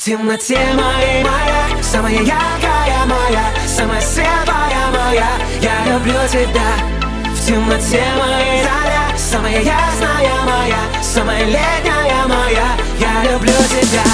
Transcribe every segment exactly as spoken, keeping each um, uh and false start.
темноте моей моя, самая яркая моя, самая светлая моя, я люблю тебя. В темноте моей заря, самая ясная моя, самая летняя моя, я люблю тебя.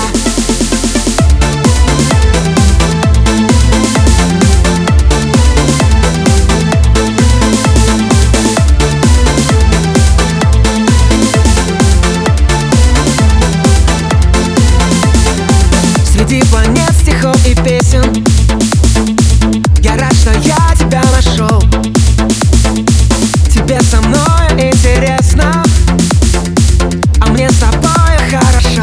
Среди планет, стихов и песен я рад, что я тебя нашел. Тебе со мной интересно, а мне с тобой хорошо.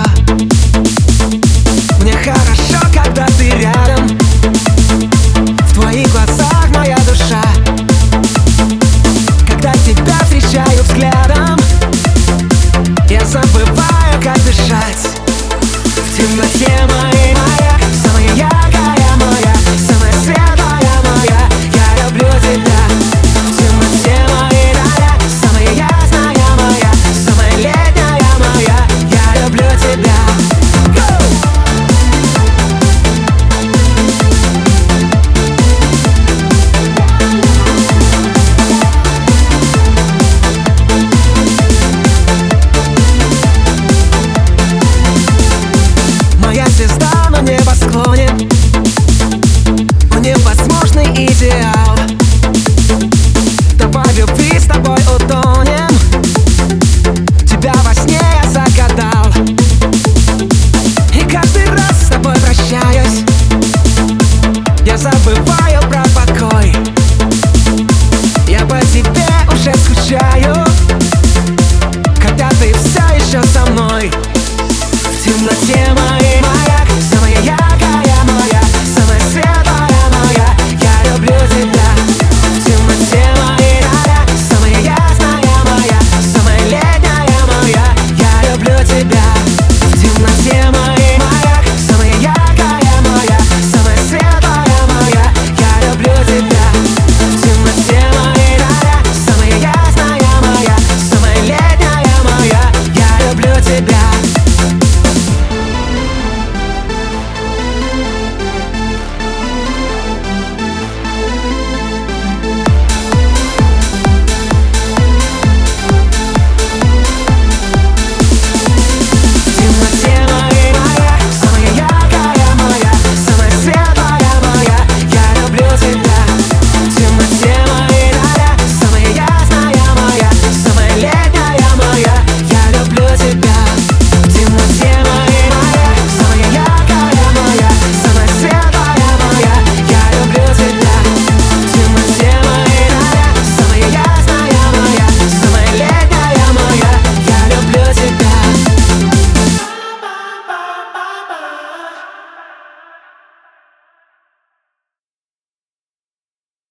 Мне хорошо, когда ты рядом, в твоих глазах моя душа. Когда тебя встречаю взглядом, я забываю, как дышать. В темноте моей моей